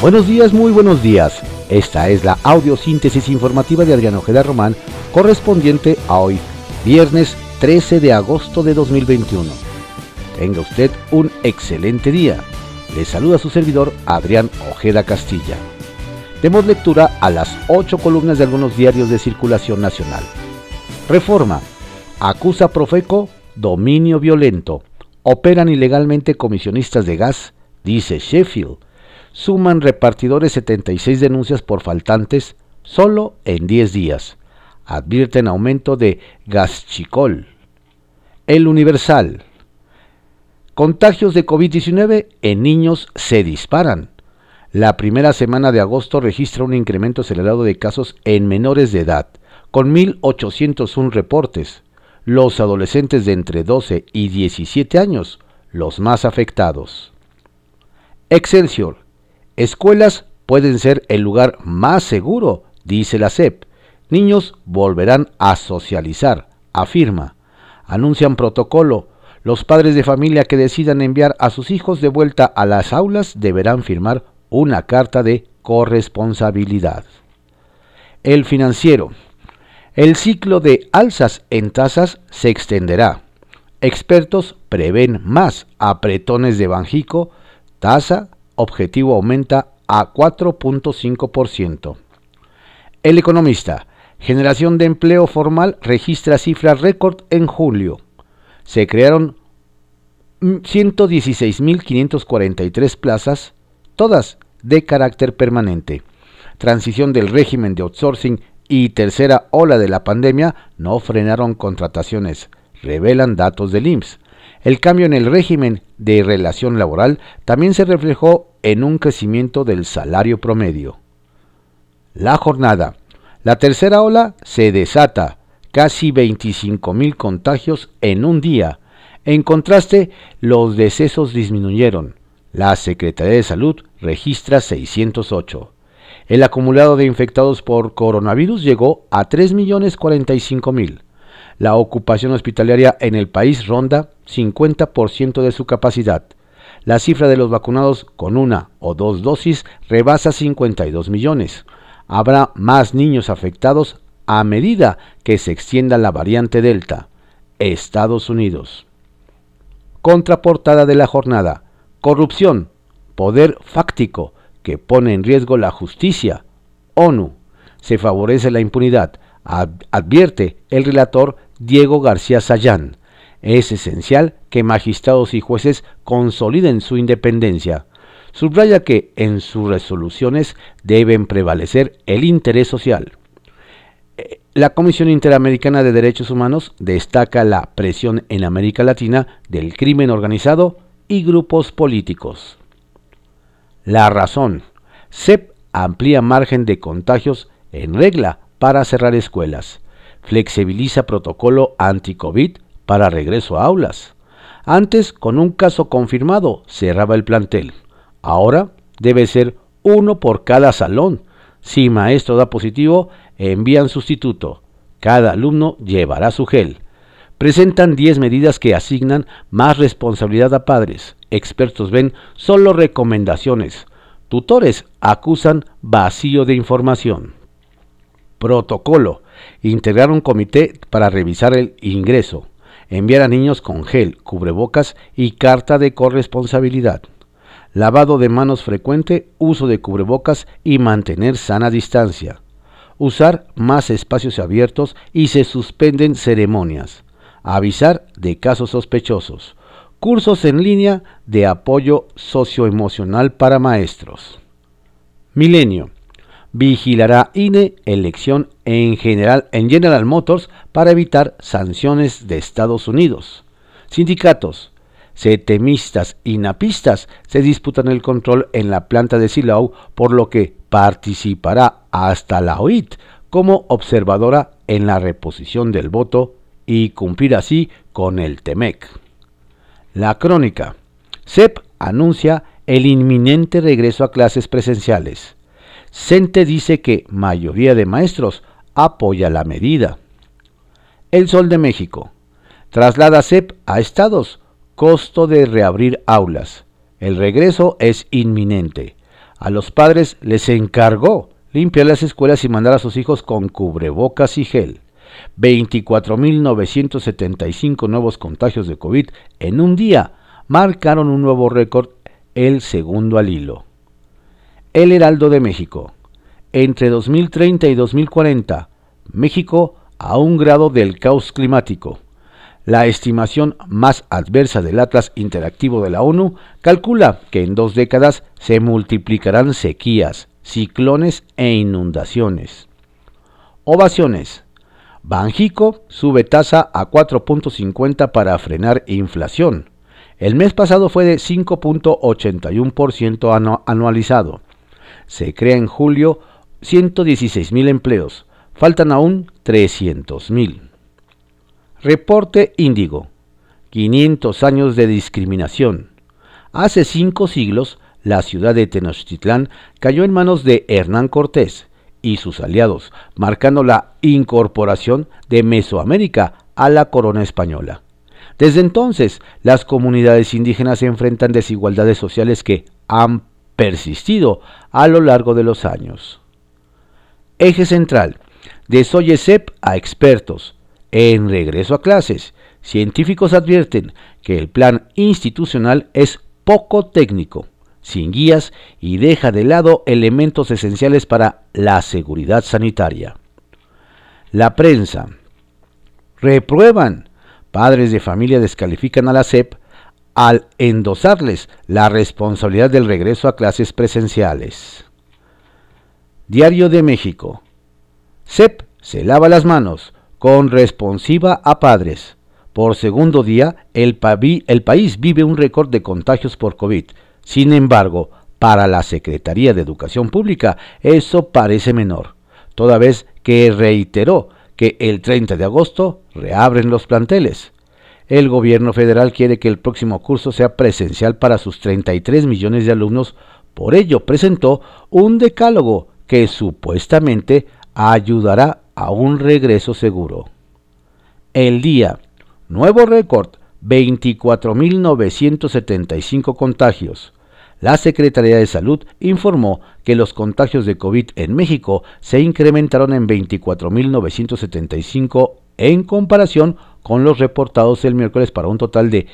Buenos días, muy buenos días. Esta es la audiosíntesis informativa de Adrián Ojeda Román, correspondiente a hoy, viernes 13 de agosto de 2021. Tenga usted un excelente día. Le saluda su servidor Adrián Ojeda Castilla. Demos lectura a las 8 columnas de algunos diarios de circulación nacional. Reforma. Acusa Profeco dominio violento. Operan ilegalmente comisionistas de gas, dice Sheffield. Suman repartidores 76 denuncias por faltantes solo en 10 días. Advierten aumento de Gaschicol. El Universal. Contagios de COVID-19 en niños se disparan. La primera semana de agosto registra un incremento acelerado de casos en menores de edad, con 1.801 reportes. Los adolescentes de entre 12 y 17 años, los más afectados. Excelsior. Escuelas pueden ser el lugar más seguro, dice la SEP. Niños volverán a socializar, afirma. Anuncian protocolo. Los padres de familia que decidan enviar a sus hijos de vuelta a las aulas deberán firmar una carta de corresponsabilidad. El Financiero. El ciclo de alzas en tasas se extenderá. Expertos prevén más apretones de Banjico. Tasa objetivo aumenta a 4.5%. El Economista. Generación de empleo formal registra cifra récord en julio. Se crearon 116.543 plazas, todas de carácter permanente. Transición del régimen de outsourcing y tercera ola de la pandemia no frenaron contrataciones, revelan datos del IMSS. El cambio en el régimen de relación laboral también se reflejó en un crecimiento del salario promedio. La Jornada. La tercera ola se desata, casi 25.000 contagios en un día. En contraste, los decesos disminuyeron. La Secretaría de Salud registra 608. El acumulado de infectados por coronavirus llegó a 3.045.000. La ocupación hospitalaria en el país ronda 50% de su capacidad. La cifra de los vacunados con una o dos dosis rebasa 52 millones. Habrá más niños afectados a medida que se extienda la variante Delta. Estados Unidos. Contraportada de la jornada. Corrupción, poder fáctico que pone en riesgo la justicia. ONU. Se favorece la impunidad. Advierte el relator Diego García Sayán. Es esencial que magistrados y jueces consoliden su independencia. Subraya que en sus resoluciones deben prevalecer el interés social. La Comisión Interamericana de Derechos Humanos destaca la presión en América Latina del crimen organizado y grupos políticos. La Razón. SEP amplía margen de contagios en regla para cerrar escuelas. Flexibiliza protocolo anti-COVID para regreso a aulas. Antes, con un caso confirmado, cerraba el plantel. Ahora debe ser uno por cada salón. Si maestro da positivo, envían sustituto. Cada alumno llevará su gel. Presentan 10 medidas que asignan más responsabilidad a padres. Expertos ven solo recomendaciones. Tutores acusan vacío de información. Protocolo. Integrar un comité para revisar el ingreso. Enviar a niños con gel, cubrebocas y carta de corresponsabilidad. Lavado de manos frecuente, uso de cubrebocas y mantener sana distancia. Usar más espacios abiertos y se suspenden ceremonias. Avisar de casos sospechosos. Cursos en línea de apoyo socioemocional para maestros. Milenio. Vigilará INE elección en General Motors para evitar sanciones de Estados Unidos. Sindicatos. CETEMistas y NAPistas se disputan el control en la planta de Silao, por lo que participará hasta la OIT como observadora en la reposición del voto y cumplir así con el TEMEC. La Crónica. SEP anuncia el inminente regreso a clases presenciales. CENTE dice que mayoría de maestros apoya la medida. El Sol de México. Traslada SEP a estados. Costo de reabrir aulas. El regreso es inminente. A los padres les encargó limpiar las escuelas y mandar a sus hijos con cubrebocas y gel. 24.975 nuevos contagios de COVID en un día marcaron un nuevo récord, el segundo al hilo. El Heraldo de México. Entre 2030 y 2040, México a 1 grado del caos climático. La estimación más adversa del Atlas Interactivo de la ONU calcula que en 2 décadas se multiplicarán sequías, ciclones e inundaciones. Ovaciones. Banjico sube tasa a 4.50 para frenar inflación. El mes pasado fue de 5.81% anualizado. Se crea en julio 116,000 empleos. Faltan aún 300,000. Reporte Índigo. 500 años de discriminación. Hace 5 siglos, la ciudad de Tenochtitlán cayó en manos de Hernán Cortés y sus aliados, marcando la incorporación de Mesoamérica a la corona española. Desde entonces, las comunidades indígenas enfrentan desigualdades sociales que han persistido a lo largo de los años. Eje central. De SOYECEP a expertos. En regreso a clases, científicos advierten que el plan institucional es poco técnico, sin guías y deja de lado elementos esenciales para la seguridad sanitaria. La prensa. Reprueban. Padres de familia descalifican a la SEP al endosarles la responsabilidad del regreso a clases presenciales. Diario de México. SEP se lava las manos con responsiva a padres. Por segundo día, el país vive un récord de contagios por COVID. Sin embargo, para la Secretaría de Educación Pública, eso parece menor, toda vez que reiteró que el 30 de agosto reabren los planteles. El gobierno federal quiere que el próximo curso sea presencial para sus 33 millones de alumnos, por ello presentó un decálogo que supuestamente ayudará a un regreso seguro. El Día. Nuevo récord, 24.975 contagios. La Secretaría de Salud informó que los contagios de COVID en México se incrementaron en 24.975 en comparación con los reportados el miércoles para un total de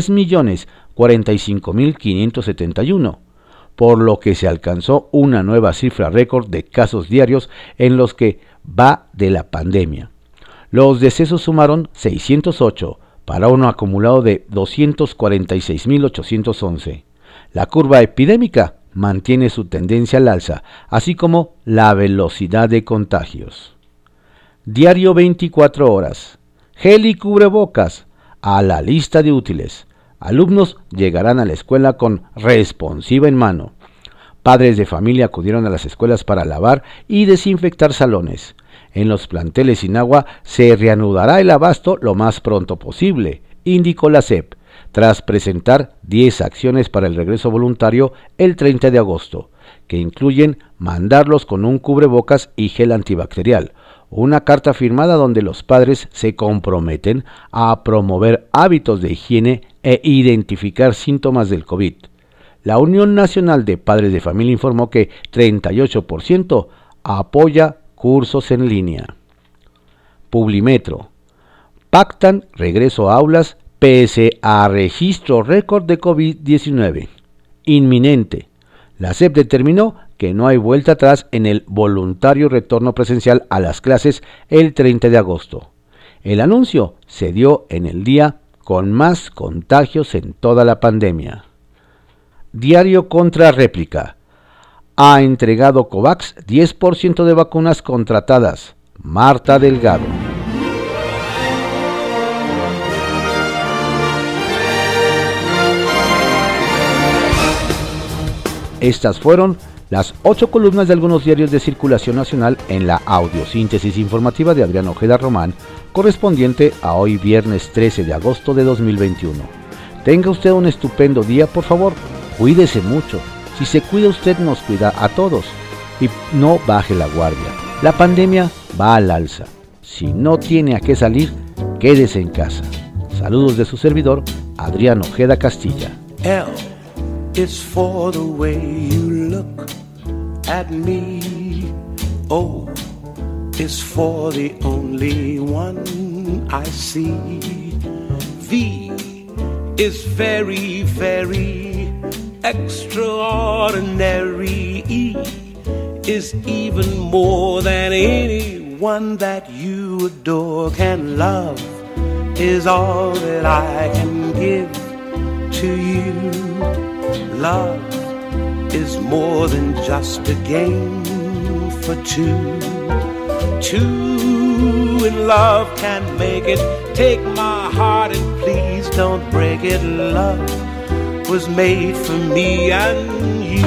3.045.571, por lo que se alcanzó una nueva cifra récord de casos diarios en los que va de la pandemia. Los decesos sumaron 608 para un acumulado de 246.811. La curva epidémica mantiene su tendencia al alza, así como la velocidad de contagios. Diario 24 horas. Gel y cubrebocas a la lista de útiles. Alumnos llegarán a la escuela con responsiva en mano. Padres de familia acudieron a las escuelas para lavar y desinfectar salones. En los planteles sin agua se reanudará el abasto lo más pronto posible, indicó la SEP, tras presentar 10 acciones para el regreso voluntario el 30 de agosto, que incluyen mandarlos con un cubrebocas y gel antibacterial, una carta firmada donde los padres se comprometen a promover hábitos de higiene e identificar síntomas del COVID. La Unión Nacional de Padres de Familia informó que 38% apoya cursos en línea. Publimetro. Pactan regreso a aulas pese a registro récord de COVID-19. Inminente. La SEP determinó que no hay vuelta atrás en el voluntario retorno presencial a las clases el 30 de agosto. El anuncio se dio en el día con más contagios en toda la pandemia. Diario contra réplica. Ha entregado COVAX 10% de vacunas contratadas. Marta Delgado. Estas fueron las 8 columnas de algunos diarios de circulación nacional en la audiosíntesis informativa de Adrián Ojeda Román, correspondiente a hoy viernes 13 de agosto de 2021. Tenga usted un estupendo día, por favor, cuídese mucho. Si se cuida usted, nos cuida a todos. Y no baje la guardia. La pandemia va al alza. Si no tiene a qué salir, quédese en casa. Saludos de su servidor, Adrián Ojeda Castilla. L is for the way you look at me. O is for the only one I see. V is very, very extraordinary. E is even more than anyone that you adore can love. Is all that I can give to you. Love is more than just a game for two. Two in love can make it. Take my heart and please don't break it. Love was made for me and you.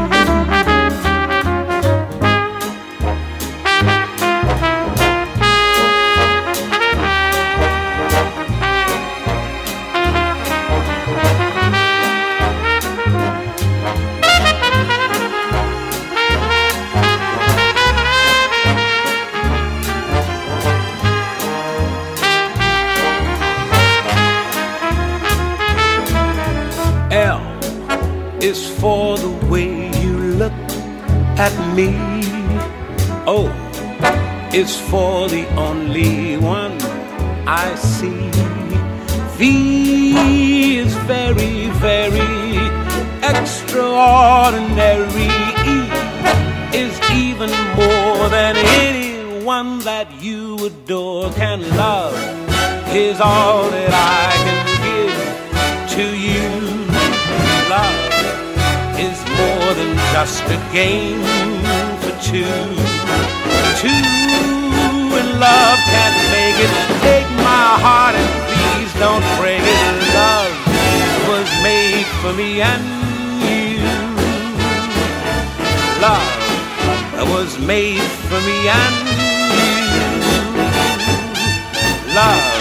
Is for the way you look at me. O is for the only one I see. V is very, very extraordinary. E is even more than anyone that you adore can love. Is all that I can give to you. Love is more than just a game for two. Two in love can make it. Take my heart and please don't break it. Love was made for me and you. Love was made for me and you. Love